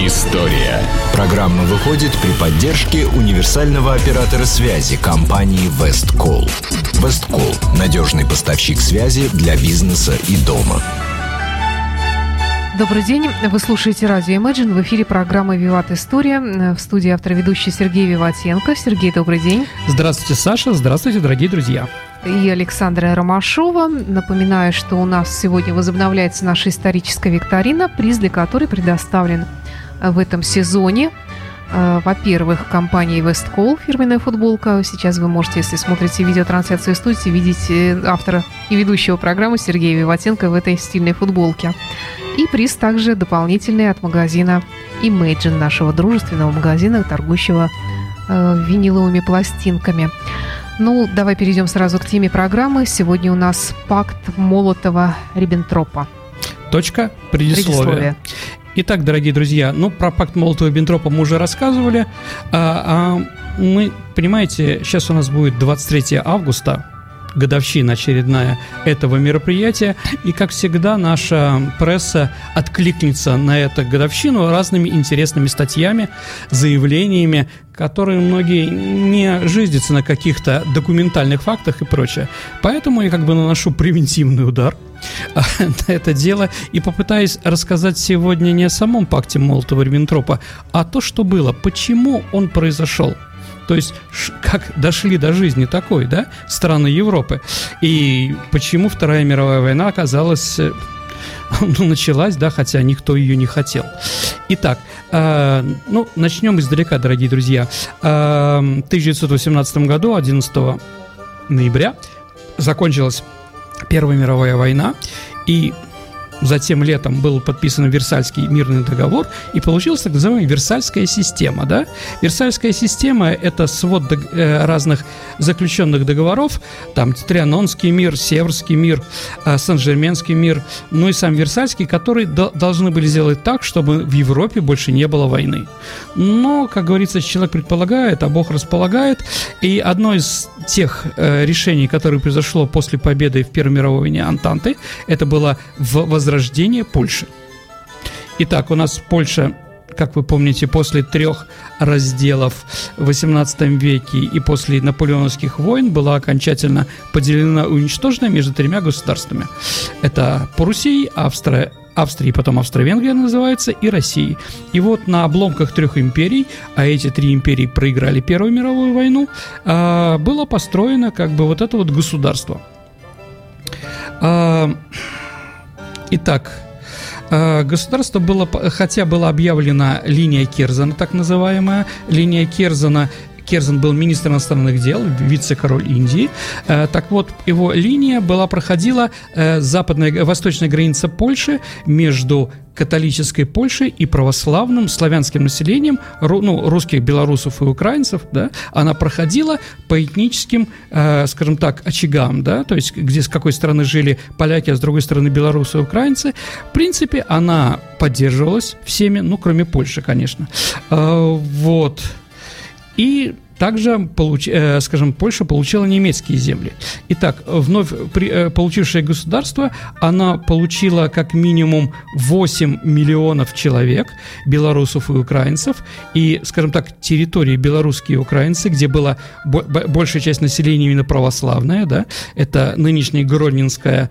История. Программа выходит при поддержке универсального оператора связи компании Весткол. Весткол – надежный поставщик связи для бизнеса и дома. Добрый день. Вы слушаете радио Imagine. В эфире программа «Виват История». В студии автор-ведущий Сергей Виватенко. Сергей, добрый день. Здравствуйте, Саша. Здравствуйте, дорогие друзья. И Александра Ромашова. Напоминаю, что у нас сегодня возобновляется наша историческая викторина, приз для которой предоставлен в этом сезоне. Во-первых, компанией Весткол фирменная футболка. Сейчас вы можете, если смотрите видеотрансляцию студии, видеть автора и ведущего программы Сергея Виватенко в этой стильной футболке. И приз также дополнительный от магазина Imagine, нашего дружественного магазина, торгующего виниловыми пластинками. Ну, давай перейдем сразу к теме программы. Сегодня у нас пакт Молотова-Риббентропа. Точка. Предисловие. Итак, дорогие друзья, про пакт Молотова-Риббентропа мы уже рассказывали. Мы, понимаете, сейчас у нас будет 23 августа, годовщина очередная этого мероприятия. И, как всегда, наша пресса откликнется на эту годовщину разными интересными статьями, заявлениями, которые многие не жиздятся на каких-то документальных фактах и прочее. Поэтому я наношу превентивный удар на это дело и попытаюсь рассказать сегодня не о самом пакте Молотова-Риббентропа, а то, что было, почему он произошел. То есть, как дошли до жизни такой, да, страны Европы. И почему Вторая мировая война оказалась, началась, да, хотя никто ее не хотел. Итак, начнем издалека, дорогие друзья. В 1918 году, 11 ноября, закончилась Первая мировая война, и затем летом был подписан Версальский мирный договор, и получилась так называемая Версальская система. Да? Версальская система – это свод разных заключенных договоров, там Трианонский мир, Северский мир, Сен-Жерменский мир, и сам Версальский, которые должны были сделать так, чтобы в Европе больше не было войны. Но, как говорится, человек предполагает, а Бог располагает, и одно из тех решений, которое произошло после победы в Первой мировой войне Антанты, это было возрождение Польши. Итак, у нас Польша, как вы помните, после 3 разделов в XVIII веке и после наполеоновских войн была окончательно поделена и уничтожена между 3 государствами. Это Пруссией, Австрии, потом Австро-Венгрия называется, и России. И вот на обломках 3 империй, а эти 3 империи проиграли Первую мировую войну, было построено вот это вот государство. Итак, государство было, хотя была объявлена линия Керзена, так называемая, линия Керзена. Керзен был министр иностранных дел, вице-король Индии. Так вот, его линия проходила восточная граница Польши между католической Польшей и православным славянским населением, русских, белорусов и украинцев, да, она проходила по этническим, скажем так, очагам, да, то есть где с какой стороны жили поляки, а с другой стороны белорусы и украинцы. В принципе, она поддерживалась всеми, кроме Польши, конечно. Вот. И также, Польша получила немецкие земли. Итак, вновь получившее государство, она получила как минимум 8 миллионов человек, белорусов и украинцев, и, скажем так, территории белорусские и украинцы, где была большая часть населения именно православная, да, это нынешняя Гродненская,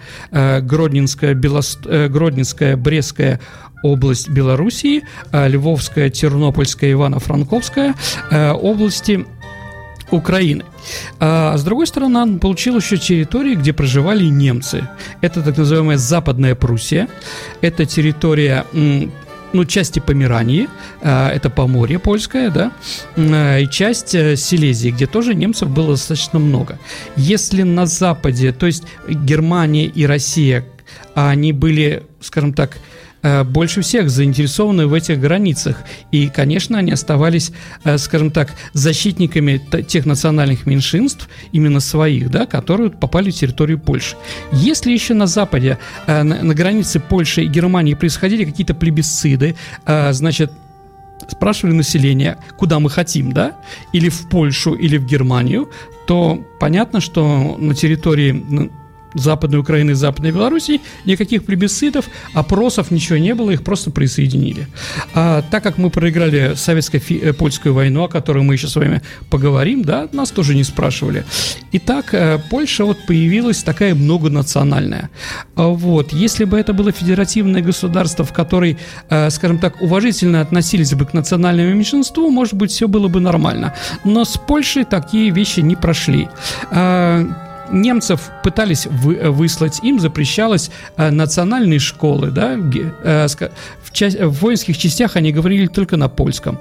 Брестская область Белоруссии, Львовская, Тернопольская, Ивано-Франковская области Украины. А с другой стороны, он получил еще территории, где проживали немцы. Это так называемая Западная Пруссия, это территория части Померании, это Поморье польское, да, и часть Силезии, где тоже немцев было достаточно много. Если на Западе, то есть Германия и Россия, они были, скажем так, больше всех заинтересованы в этих границах. И, конечно, они оставались, скажем так, защитниками тех национальных меньшинств, именно своих, да, которые попали в территорию Польши. Если еще на Западе, на границе Польши и Германии происходили какие-то плебисциды, значит, спрашивали население, куда мы хотим, да, или в Польшу, или в Германию, то понятно, что на территории Западной Украины и Западной Белоруссии, никаких плебисцитов, опросов, ничего не было, их просто присоединили. Так как мы проиграли советско-польскую войну, о которой мы еще с вами поговорим, да, нас тоже не спрашивали. Итак, Польша вот появилась такая многонациональная. Вот, если бы это было федеративное государство, в которой, скажем так, уважительно относились бы к национальному меньшинству, может быть, все было бы нормально. Но с Польшей такие вещи не прошли. Немцев пытались выслать, им запрещалось национальные школы, да, в воинских частях они говорили только на польском.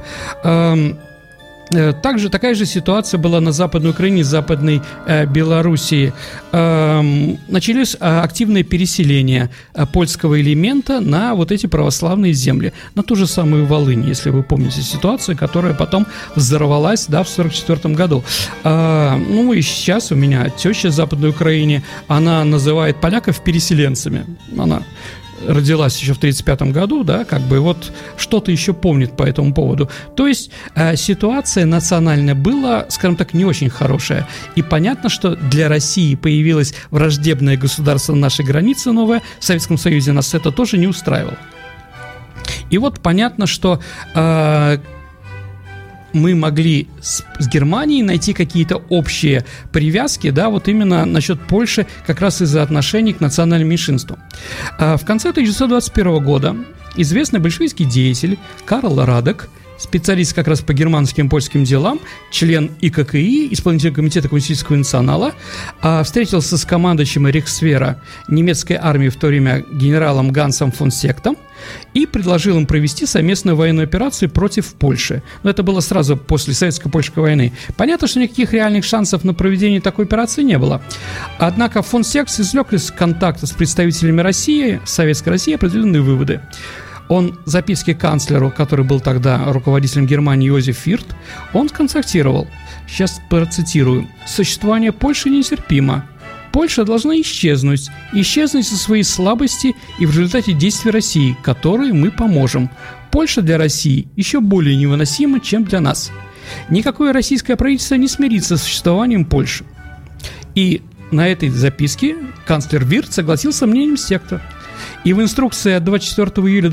Также такая же ситуация была на Западной Украине и Западной Белоруссии. Начались активное переселение польского элемента на вот эти православные земли, на ту же самую Волынь, если вы помните ситуацию, которая потом взорвалась, да, в 1944 году. Ну и сейчас у меня теща в Западной Украине, она называет поляков переселенцами. Она родилась еще в 1935 году, да, как бы вот что-то еще помнит по этому поводу. То есть ситуация национальная была, скажем так, не очень хорошая. И понятно, что для России появилось враждебное государство на нашей границе новое, в Советском Союзе нас это тоже не устраивало. И вот понятно, что мы могли с Германией найти какие-то общие привязки, да, вот именно насчет Польши, как раз из-за отношений к национальным меньшинству. В конце 1921 года известный большевистский деятель Карл Радек, специалист как раз по германским и польским делам, член ИККИ, исполнительного комитета Коммунистического интернационала, встретился с командующим Рейхсвера немецкой армии в то время генералом Гансом фон Сектом и предложил им провести совместную военную операцию против Польши. Но это было сразу после Советско-Польской войны. Понятно, что никаких реальных шансов на проведение такой операции не было. Однако фон Сект извлек из контакта с представителями России, Советской России, определенные выводы. Он в записке канцлеру, который был тогда руководителем Германии, Йозеф Фирт, он констатировал, сейчас процитирую: «Существование Польши нетерпимо. Польша должна исчезнуть со своей слабости и в результате действий России, которой мы поможем. Польша для России еще более невыносима, чем для нас. Никакое российское правительство не смирится с существованием Польши». И на этой записке канцлер Вирт согласился с мнением Секта. И в инструкции от 24 июля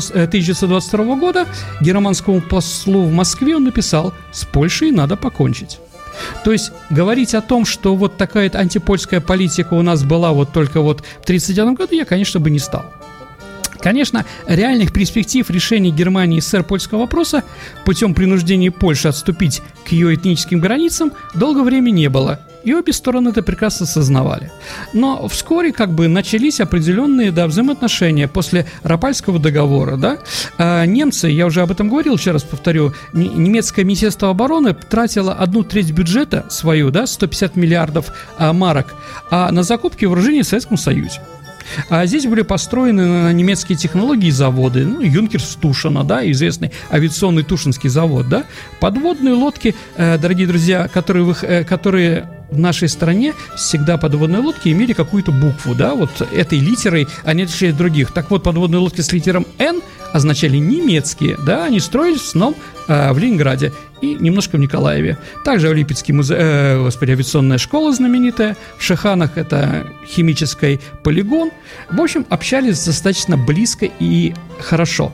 1922 года германскому послу в Москве он написал: «С Польшей надо покончить». То есть говорить о том, что вот такая антипольская политика у нас была вот только вот в 1939 году, я, конечно, бы не стал. Конечно, реальных перспектив решения Германии и СССР польского вопроса путем принуждения Польши отступить к ее этническим границам долгое время не было, и обе стороны это прекрасно осознавали. Но вскоре как бы начались определенные, да, взаимоотношения после Рапальского договора, да. Немцы, я уже об этом говорил, еще раз повторю, немецкое министерство обороны тратило 1/3 бюджета свою, да, 150 миллиардов марок, на закупки вооружений в Советском Союзе. А здесь были построены на немецкие технологии заводы, ну, Юнкерс Тушина, да, известный авиационный Тушинский завод, да, подводные лодки, дорогие друзья, которые в нашей стране всегда подводные лодки имели какую-то букву, да, вот этой литерой они отличались от других. Так вот, подводные лодки с литером «Н» означали немецкие, да, они строились в основном в Ленинграде и немножко в Николаеве. Также в Липецкий авиационная школа знаменитая, в Шиханах это химический полигон. В общем, общались достаточно близко и хорошо.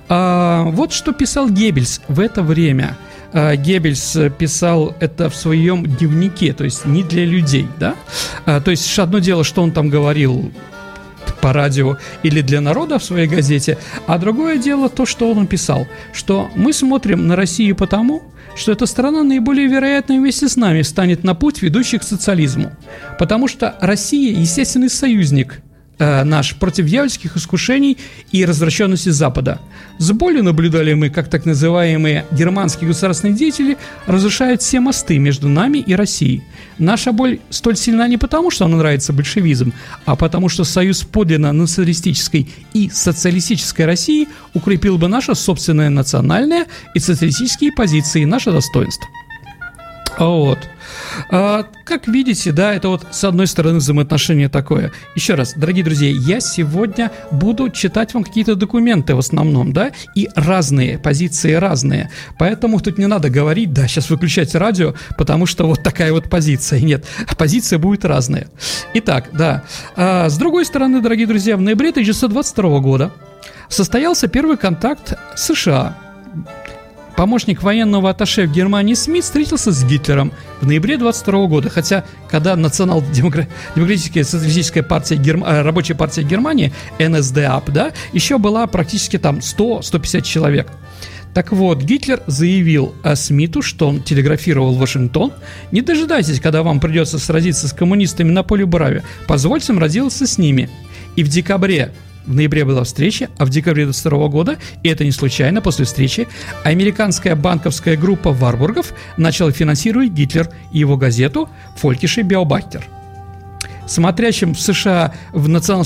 Вот что писал Геббельс в это время. Геббельс писал это в своем дневнике, то есть не для людей, да? То есть одно дело, что он там говорил по радио или для народа в своей газете, а другое дело то, что он писал, что мы смотрим на Россию потому, что эта страна наиболее вероятно вместе с нами станет на путь, ведущий к социализму, потому что Россия – естественный союзник наш против дьявольских искушений и развращенности Запада. С болью наблюдали мы, как так называемые германские государственные деятели разрушают все мосты между нами и Россией. Наша боль столь сильна не потому, что нам нравится большевизм, а потому что союз подлинно националистической и социалистической России укрепил бы наше собственное национальное и социалистические позиции, наше достоинство. Вот. Как видите, да, это вот с одной стороны взаимоотношение такое. Еще раз, дорогие друзья, я сегодня буду читать вам какие-то документы в основном, да, и разные, позиции разные. Поэтому тут не надо говорить, да, сейчас выключайте радио, потому что вот такая вот позиция. Нет, позиция будет разная. Итак, да, с другой стороны, дорогие друзья, в ноябре 1922 года состоялся первый контакт с США. Помощник военного атташе в Германии Смит встретился с Гитлером в ноябре 22 года, хотя когда Национал-демократическая социалистическая партия, рабочая партия Германии, НСДАП, да, еще была практически там 100-150 человек. Так вот, Гитлер заявил Смиту, что он телеграфировал в Вашингтон: не дожидайтесь, когда вам придется сразиться с коммунистами на поле Брави, позвольте им разделаться с ними. И в ноябре была встреча, а в декабре 22 года, и это не случайно, после встречи, американская банковская группа Варбургов начала финансировать Гитлер и его газету «Фолькише Беобахтер». Смотрящим в США в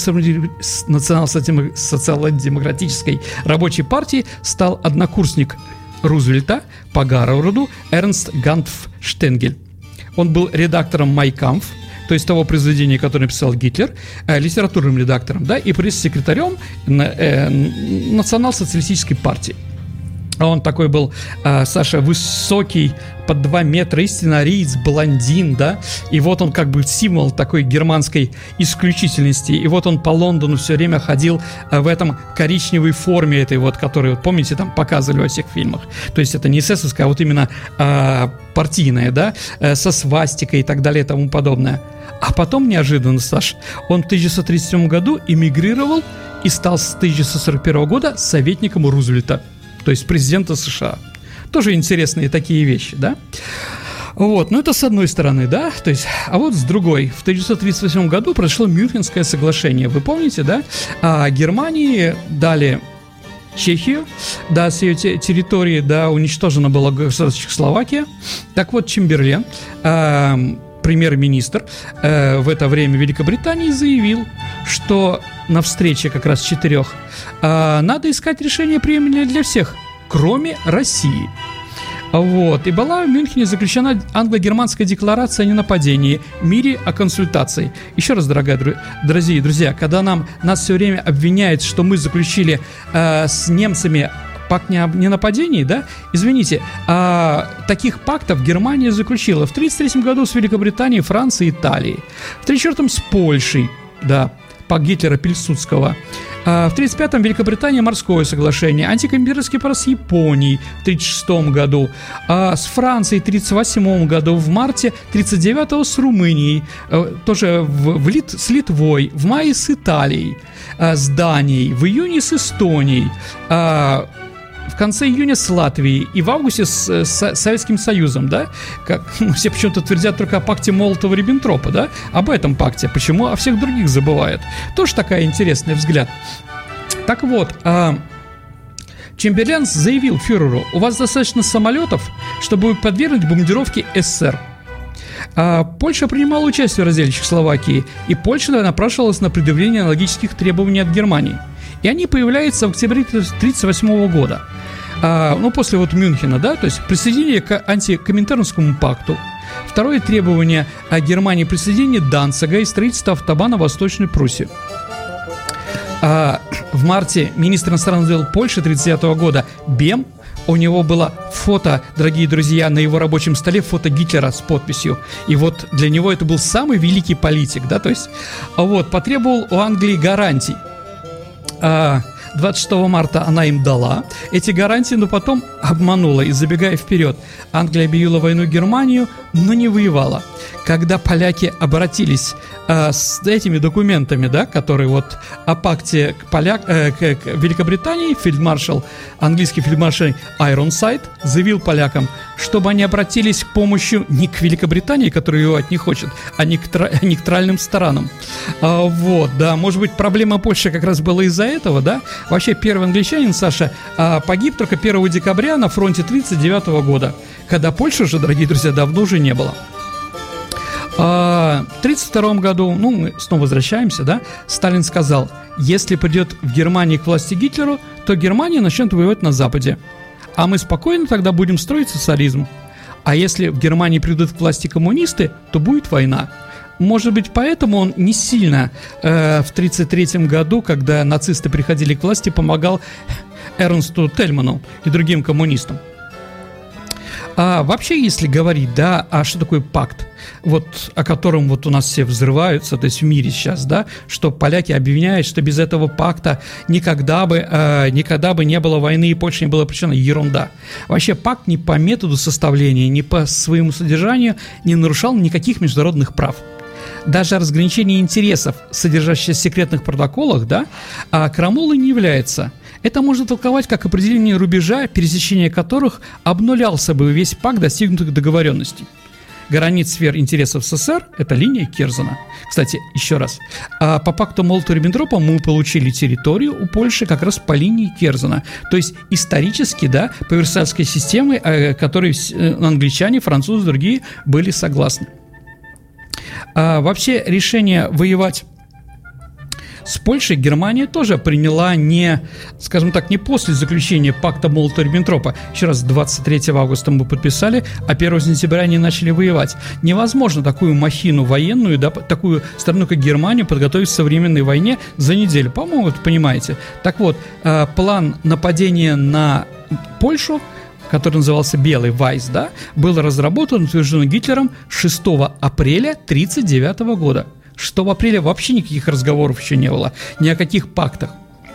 национал-социал-демократической рабочей партии стал однокурсник Рузвельта по Гарварду Эрнст Ганпф Штенгель. Он был редактором «Май Кампф», то есть того произведения, которое написал Гитлер, литературным редактором, да, и пресс-секретарем национал-социалистической партии. Он такой был, Саша, высокий, под 2 метра, истинно ариец, блондин, да, и вот он как бы символ такой германской исключительности, и вот он по Лондону все время ходил в этом коричневой форме этой вот, которую, помните, там показывали во всех фильмах, то есть это не эсэсовская, а вот именно партийная, да, со свастикой и так далее и тому подобное. А потом, неожиданно, Саш, он в 1937 году эмигрировал и стал с 1941 года советником Рузвельта, то есть президента США. Тоже интересные такие вещи, да? Вот, ну это с одной стороны, да? То есть, а вот с другой. В 1938 году произошло Мюнхенское соглашение. Вы помните, да? Германии дали Чехию, да, с ее территории, да, уничтожена была государство Чехословакия. Так вот, Чемберлен, премьер-министр в это время Великобритании, заявил, что на встрече как раз 4 надо искать решение приемлемое для всех, кроме России. Вот. И была в Мюнхене заключена англо-германская декларация о ненападении, мире, о консультации. Еще раз, дорогие друзья, когда нас все время обвиняют, что мы заключили с немцами пакт ненападений, да, извините, таких пактов Германия заключила в 1933 году с Великобританией, Францией, Италией, в 1934 с Польшей, да, пакт Гитлера-Пилсудского. В 1935-м Великобритания морское соглашение, антикоммерческий пакт с Японией в 1936 году, с Францией в 1938 году, в марте 1939 с Румынией, тоже с Литвой, в мае с Италией, с Данией, в июне с Эстонией, в конце июня с Латвией и в августе с Советским Союзом, да? Все почему-то твердят только о пакте Молотова-Риббентропа, да? Об этом пакте. Почему о всех других забывают? Тоже такой интересный взгляд. Так вот, Чемберлен заявил фюреру: у вас достаточно самолетов, чтобы подвергнуть бомбардировке СССР. Польша принимала участие в разделе Чехословакии, и Польша напрашивалась на предъявление аналогических требований от Германии. И они появляются в октябре 1938 года. После вот Мюнхена, да, то есть присоединение к антикоминтернскому пакту. Второе требование о Германии — присоединение Данцига и строительство автобана в Восточной Пруссии. В марте министр иностранных дел Польши 1939 года Бем, у него было фото, дорогие друзья, на его рабочем столе фото Гитлера с подписью. И вот для него это был самый великий политик, да, то есть потребовал у Англии гарантий. 26 марта она им дала эти гарантии, но потом обманула. И, забегая вперед, Англия объявила войну Германию, но не воевала. Когда поляки обратились с этими документами, да, которые вот о пакте к Великобритании, английский фельдмаршал Айронсайд заявил полякам, чтобы они обратились к помощи не к Великобритании, которая воевать не хочет, а не к нейтральным странам. Может быть, проблема Польши как раз была из-за этого, да? Вообще, первый англичанин, Саша, погиб только 1 декабря на фронте 1939 года, когда Польши уже, дорогие друзья, давно уже не было. В 1932 году, мы снова возвращаемся, да, Сталин сказал: если придет в Германии к власти Гитлеру, то Германия начнет воевать на Западе, а мы спокойно тогда будем строить социализм. А если в Германии придут к власти коммунисты, то будет война. Может быть, поэтому он не сильно в 1933 году, когда нацисты приходили к власти, помогал Эрнсту Тельману и другим коммунистам. А вообще, если говорить, да, а что такое пакт, вот о котором вот у нас все взрываются, то есть в мире сейчас, да, что поляки обвиняют, что без этого пакта никогда бы не было войны и Польша не была причина. Ерунда. Вообще пакт ни по методу составления, ни по своему содержанию не нарушал никаких международных прав. Даже разграничение интересов, содержащееся в секретных протоколах, да, крамолой не является. Это можно толковать как определение рубежа, пересечение которых обнулялся бы весь пакт достигнутых договоренностей. Границ сфер интересов СССР – это линия Керзена. Кстати, еще раз, по пакту Молотова-Риббентропа мы получили территорию у Польши как раз по линии Керзена. То есть исторически, да, по Версальской системе, которой англичане, французы, другие были согласны. Вообще решение воевать с Польшей Германия тоже приняла не, скажем так, не после заключения пакта Молотова-Риббентропа. Еще раз, 23 августа мы подписали, а 1 сентября они начали воевать. Невозможно такую махину военную, да, такую страну, как Германия, подготовить к современной войне за неделю. По-моему, вы понимаете. Так вот, план нападения на Польшу, который назывался «Белый Вайс», да, был разработан и утвержден Гитлером 6 апреля 1939 года. 6 апреля вообще никаких разговоров еще не было, ни о каких пактах.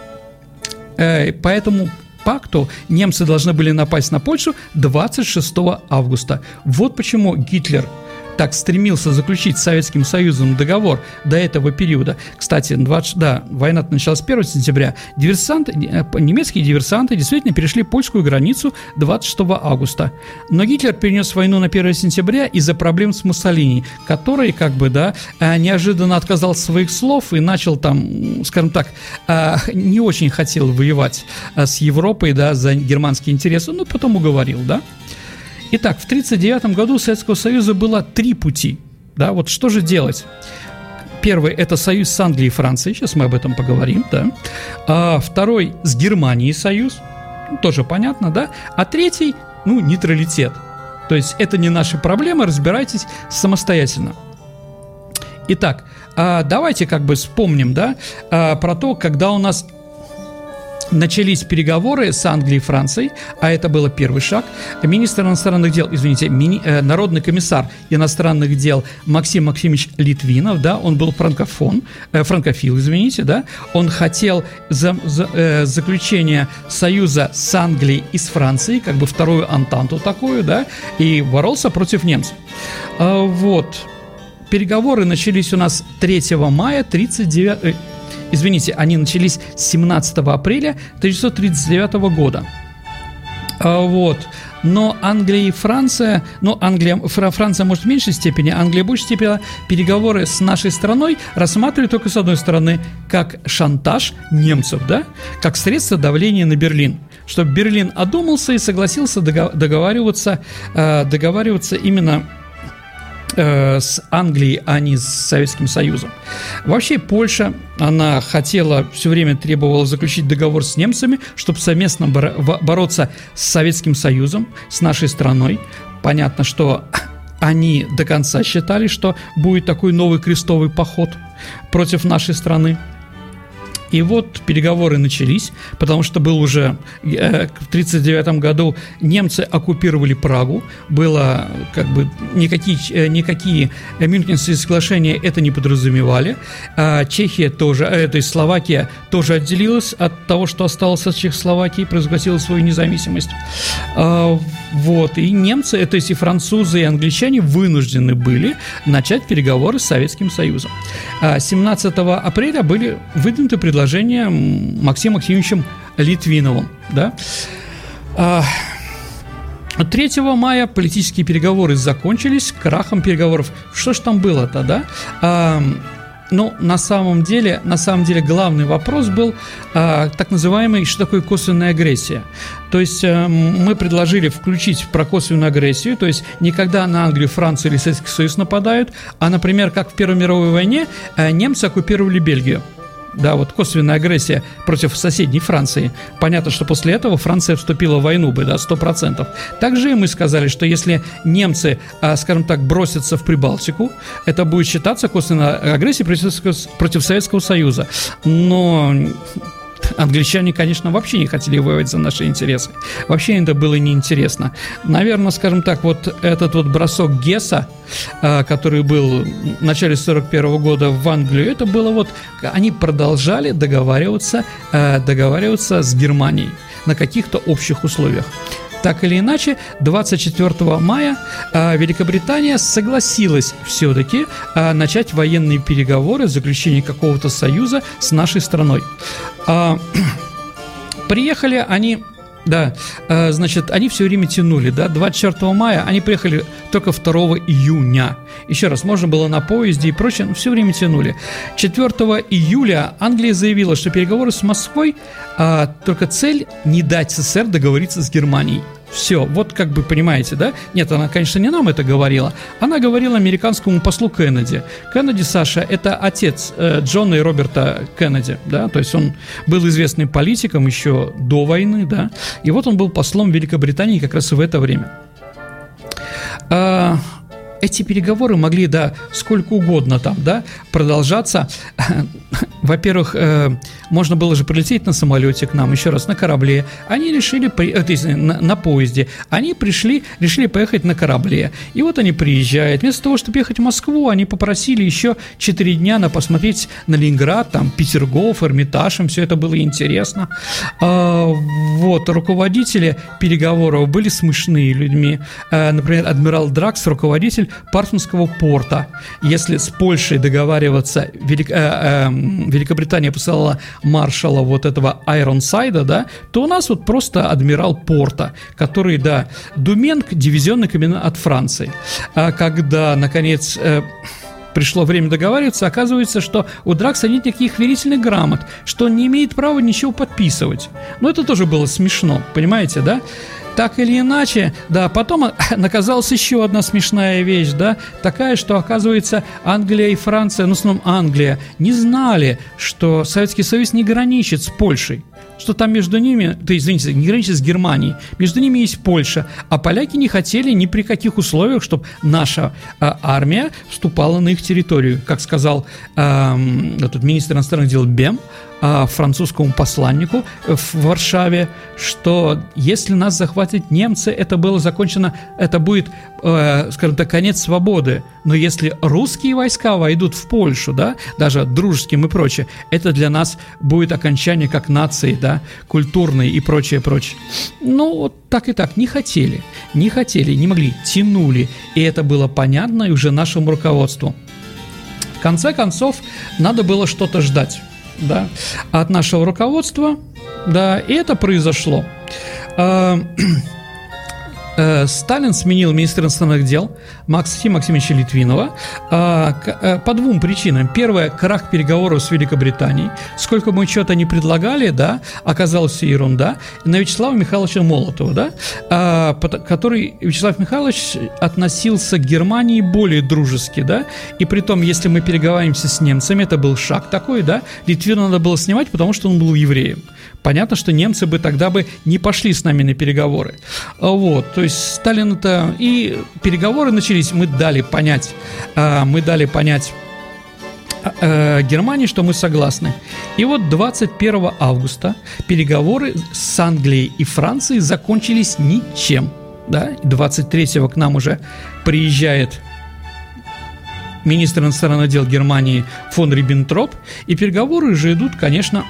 По этому пакту немцы должны были напасть на Польшу 26 августа. Вот почему Гитлер так стремился заключить с Советским Союзом договор до этого периода. Кстати, война началась 1 сентября. Немецкие диверсанты действительно перешли польскую границу 26 августа. Но Гитлер перенес войну на 1 сентября из-за проблем с Муссолини, который, неожиданно отказался от своих слов и начал там, скажем так, не очень хотел воевать с Европой, да, за германские интересы, но потом уговорил, да. Итак, в 1939 году у Советского Союза было 3 пути. Да, вот что же делать? Первый – это союз с Англией и Францией, сейчас мы об этом поговорим, да. Второй – с Германией союз, тоже понятно, да. А третий – нейтралитет. То есть это не наши проблемы, разбирайтесь самостоятельно. Итак, давайте вспомним, да, про то, когда у нас начались переговоры с Англией и Францией, а это был первый шаг. Министр иностранных дел, народный комиссар иностранных дел Максим Максимович Литвинов, да, он был франкофил, да, он хотел заключения союза с Англией и с Францией, вторую антанту такую, да, и боролся против немцев. Вот. Переговоры начались у нас 3 мая 1939. Они начались 17 апреля 1939 года. Вот. Но Англия и Франция, Франция, может, в меньшей степени, Англия в большей степени переговоры с нашей страной рассматривают только с одной стороны как шантаж немцев, да, как средство давления на Берлин, чтобы Берлин одумался и согласился договариваться именно с Англией, а не с Советским Союзом. Вообще Польша, она все время требовала заключить договор с немцами, чтобы совместно бороться с Советским Союзом, с нашей страной. Понятно, что они до конца считали, что будет такой новый крестовый поход против нашей страны. И вот переговоры начались, потому что был уже в 1939 году немцы оккупировали Прагу, было никакие Мюнхенские соглашения это не подразумевали. Чехия тоже, то есть Словакия тоже отделилась от того, что осталось от Чехословакии, провозгласила свою независимость. Вот, и немцы, то есть и французы, и англичане вынуждены были начать переговоры с Советским Союзом. 17 апреля были выдвинуты предложения Максимом Максимовичем Литвиновым. Да? 3 мая политические переговоры закончились крахом переговоров. Что ж там было-то, да? На самом деле главный вопрос был так называемый, что такое косвенная агрессия. То есть мы предложили включить про косвенную агрессию, то есть не когда на Англию, Францию или Советский Союз нападают, а, например, как в Первой мировой войне немцы оккупировали Бельгию. да, вот косвенная агрессия против соседней Франции. Понятно, что после этого Франция вступила в войну бы, да, 100%. Также и мы сказали, что если немцы, скажем так, бросятся в Прибалтику, это будет считаться косвенной агрессией против Советского Союза. Но англичане, конечно, вообще не хотели воевать за наши интересы. Вообще им это было неинтересно. Наверное, скажем так, вот этот вот бросок Гесса, который был в начале 1941 года в Англию, это было вот... Они продолжали договариваться с Германией на каких-то общих условиях. Так или иначе, 24 мая Великобритания согласилась все-таки начать военные переговоры, заключение какого-то союза с нашей страной. Приехали они... Да, значит, они все время тянули, да, 24 мая они приехали только 2 июня. Еще раз, можно было на поезде и прочее, но все время тянули. 4 июля Англия заявила, что переговоры с Москвой, только цель не дать СССР договориться с Германией. Все, вот как бы понимаете, да? Нет, она, конечно, не нам это говорила. Она говорила американскому послу Кеннеди. Кеннеди, Саша, это отец Джона и Роберта Кеннеди, да? То есть он был известным политиком еще до войны, да? И вот он был послом Великобритании как раз в это время. Эти переговоры могли, да, сколько угодно там, да, продолжаться. Во-первых, можно было же прилететь на самолете к нам, еще раз, на корабле. Они решили, на поезде, они решили поехать на корабле. И вот они приезжают. Вместо того, чтобы ехать в Москву, они попросили еще 4 дня посмотреть на Ленинград, там, Петергоф, Эрмитаж, им все это было интересно. Вот, руководители переговоров были смешные людьми. Например, адмирал Дракс, руководитель Партонского порта. Если с Польшей договариваться, Великобритания посылала маршала вот этого Айронсайда, да, то у нас вот просто адмирал порта, который, да, Думенк, дивизионный комендант от Франции. А когда, наконец, пришло время договариваться, оказывается, что у Дракса нет никаких верительных грамот, что он не имеет права ничего подписывать. Но это тоже было смешно, понимаете, да? Так или иначе, да, потом оказалась еще одна смешная вещь, да, такая, что, оказывается, Англия и Франция, ну, в основном Англия, не знали, что Советский Союз не граничит с Польшей, что там между ними, не граничит с Германией, между ними есть Польша, а поляки не хотели ни при каких условиях, чтобы наша армия вступала на их территорию, как сказал этот министр иностранных дел Бем французскому посланнику в Варшаве, что если нас захватят немцы, это будет, скажем так, конец свободы. Но если русские войска войдут в Польшу, да, даже дружеским и прочее, это для нас будет окончание как нации, да, культурной и прочее, прочее. Ну, вот так и так, не хотели, не могли, тянули, и это было понятно и уже нашему руководству. В конце концов, надо было что-то ждать, да, от нашего руководства, да, и это произошло. Сталин сменил министра иностранных дел Максима Максимовича Литвинова по двум причинам. Первое, крах переговоров с Великобританией. Сколько мы что-то не предлагали, да, оказалась все ерунда. На Вячеслава Михайловича Молотова, да, который Вячеслав Михайлович относился к Германии более дружески, да, и при том, если мы переговариваемся с немцами, это был шаг такой, да, Литвину надо было снимать, потому что он был евреем. Понятно, что немцы бы тогда бы не пошли с нами на переговоры. Вот, то есть Сталин это... И переговоры начались, мы дали понять Германии, что мы согласны. И вот 21 августа переговоры с Англией и Францией закончились ничем. Да? 23-го к нам уже приезжает министр иностранных дел Германии фон Риббентроп, и переговоры же идут, конечно,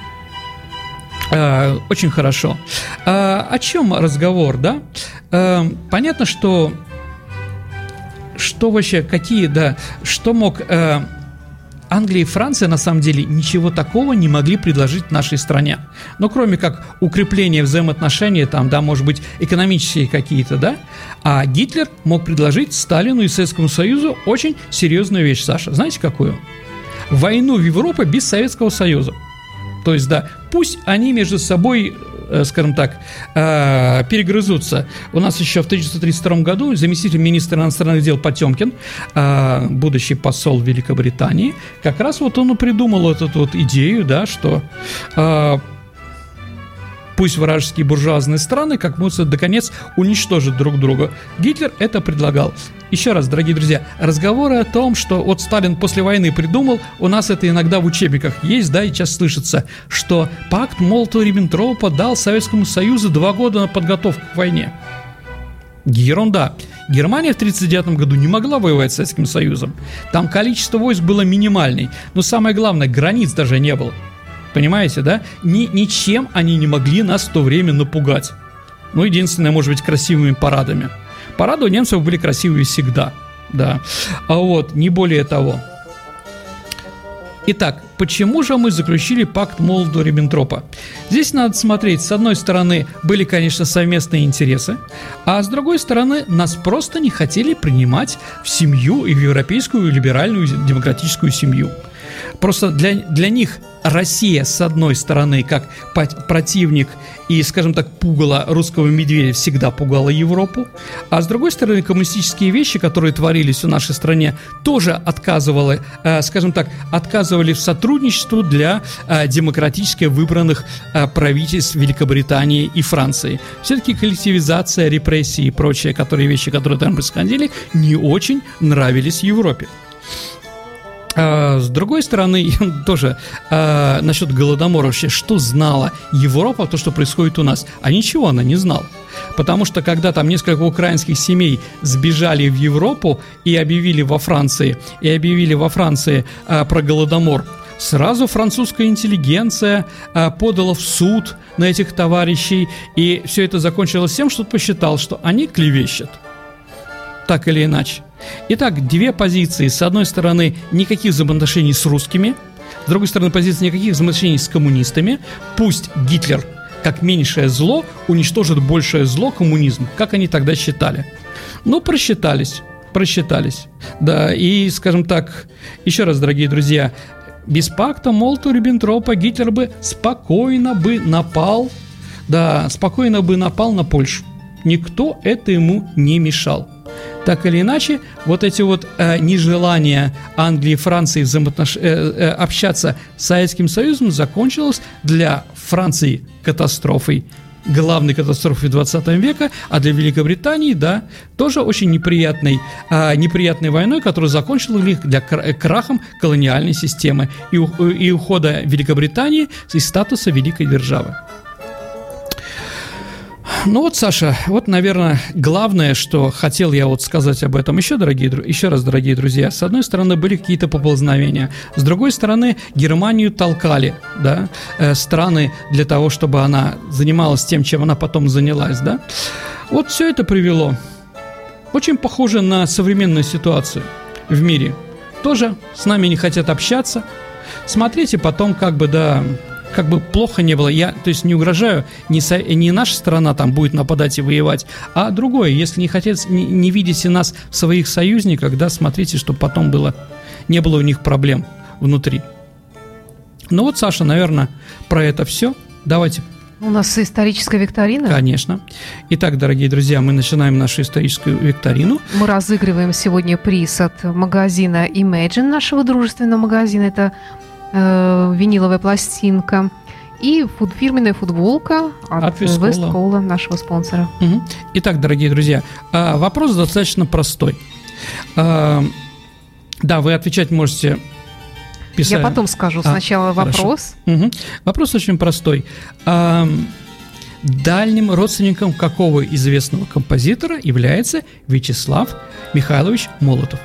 очень хорошо. О чем разговор, да? Понятно, что вообще, какие, да, что мог Англия и Франция, на самом деле, ничего такого не могли предложить нашей стране. Но кроме как укрепление взаимоотношений, там, да, может быть, экономические какие-то, да, а Гитлер мог предложить Сталину и Советскому Союзу очень серьезную вещь, Саша. Знаете, какую? Войну в Европе без Советского Союза. То есть, да, пусть они между собой скажем так, перегрызутся. У нас еще в 1932 году заместитель министра иностранных дел Потемкин, будущий посол Великобритании, как раз вот он и придумал эту вот идею, да, что пусть вражеские буржуазные страны как можно наконец уничтожат друг друга. Гитлер это предлагал. Еще раз, дорогие друзья, разговоры о том, что вот Сталин после войны придумал, у нас это иногда в учебниках есть, да, и сейчас слышится, что пакт Молотова-Риббентропа дал Советскому Союзу 2 года на подготовку к войне. Ерунда. Германия в 1939 году не могла воевать с Советским Союзом. Там количество войск было минимальное. Но самое главное, границ даже не было. Понимаете, да? Ничем они не могли нас в то время напугать. Ну, единственное, может быть, красивыми парадами. Парады у немцев были красивые всегда, да. А вот, не более того. Итак, почему же мы заключили пакт Молотова-Риббентропа? Здесь надо смотреть, с одной стороны, были, конечно, совместные интересы, а с другой стороны, нас просто не хотели принимать в семью и в европейскую либеральную демократическую семью. Просто для них Россия, с одной стороны, как противник и, скажем так, пугало русского медведя, всегда пугала Европу, а с другой стороны, коммунистические вещи, которые творились в нашей стране, тоже отказывали в сотрудничестве для демократически выбранных правительств Великобритании и Франции. Все-таки коллективизация, репрессии и прочие вещи, которые там происходили, не очень нравились Европе. С другой стороны, тоже насчет Голодомора вообще, что знала Европа, то, что происходит у нас? А ничего она не знала. Потому что когда там несколько украинских семей сбежали в Европу и объявили во Франции про Голодомор, сразу французская интеллигенция подала в суд на этих товарищей, и все это закончилось тем, что посчитал, что они клевещут. Так или иначе. Итак, 2 позиции. С одной стороны, никаких взаимоотношений с русскими. С другой стороны, позиция никаких взаимоотношений с коммунистами. Пусть Гитлер, как меньшее зло, уничтожит большее зло, коммунизм, как они тогда считали. Но просчитались. Да, и, скажем так, еще раз, дорогие друзья, без пакта Молотова-Риббентропа Гитлер бы спокойно напал на Польшу. Никто это ему не мешал. Так или иначе, вот эти вот нежелания Англии и Франции общаться с Советским Союзом закончилось для Франции катастрофой, главной катастрофой 20 века, а для Великобритании, да, тоже очень неприятной войной, которая закончила для крахом колониальной системы и ухода Великобритании из статуса великой державы. Ну вот, Саша, вот, наверное, главное, что хотел я вот сказать об этом еще раз, дорогие друзья. С одной стороны, были какие-то поползновения, с другой стороны, Германию толкали, да, страны для того, чтобы она занималась тем, чем она потом занялась, да. Вот все это привело. Очень похоже на современную ситуацию в мире. Тоже с нами не хотят общаться. Смотрите потом, как бы плохо не было, я, то есть, не угрожаю, не наша страна там будет нападать и воевать, а другое, если не видите нас в своих союзниках, да, смотрите, чтобы потом не было у них проблем внутри. Ну вот, Саша, наверное, про это все. Давайте. У нас историческая викторина. Конечно. Итак, дорогие друзья, мы начинаем нашу историческую викторину. Мы разыгрываем сегодня приз от магазина Imagine, нашего дружественного магазина. Это виниловая пластинка и фирменная футболка от Весткола, нашего спонсора. Угу. Итак, дорогие друзья, вопрос достаточно простой. Да, вы отвечать можете писать. Я потом скажу. Сначала вопрос. Угу. Вопрос очень простой. Дальним родственником какого известного композитора является Вячеслав Михайлович Молотов?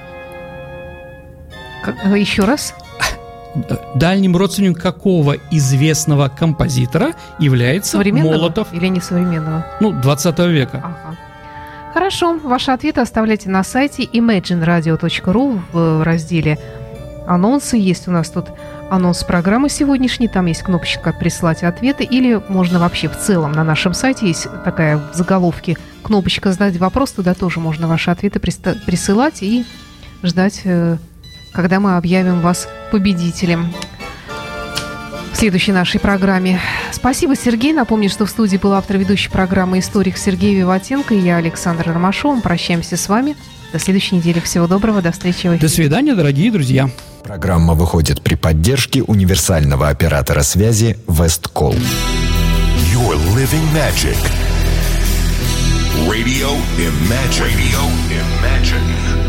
Еще раз? Дальним родственником какого известного композитора является Молотов? Или несовременного? 20 века. Ага. Хорошо, ваши ответы оставляйте на сайте imagineradio.ru в разделе «Анонсы». Есть у нас тут анонс программы сегодняшней, там есть кнопочка «Прислать ответы», или можно вообще в целом на нашем сайте есть такая в заголовке кнопочка «Задать вопрос», туда тоже можно ваши ответы присылать и ждать, когда мы объявим вас победителем. в следующей нашей программе. Спасибо, Сергей. Напомню, что в студии был автор ведущей программы «Историк» Сергей Виватенко и я, Александра Ромашова. Мы прощаемся с вами. До следующей недели. Всего доброго. До встречи в эфире. До свидания, дорогие друзья. Программа выходит при поддержке универсального оператора связи Весткол. You're living magic. Radio Imagine. Radio Imagine.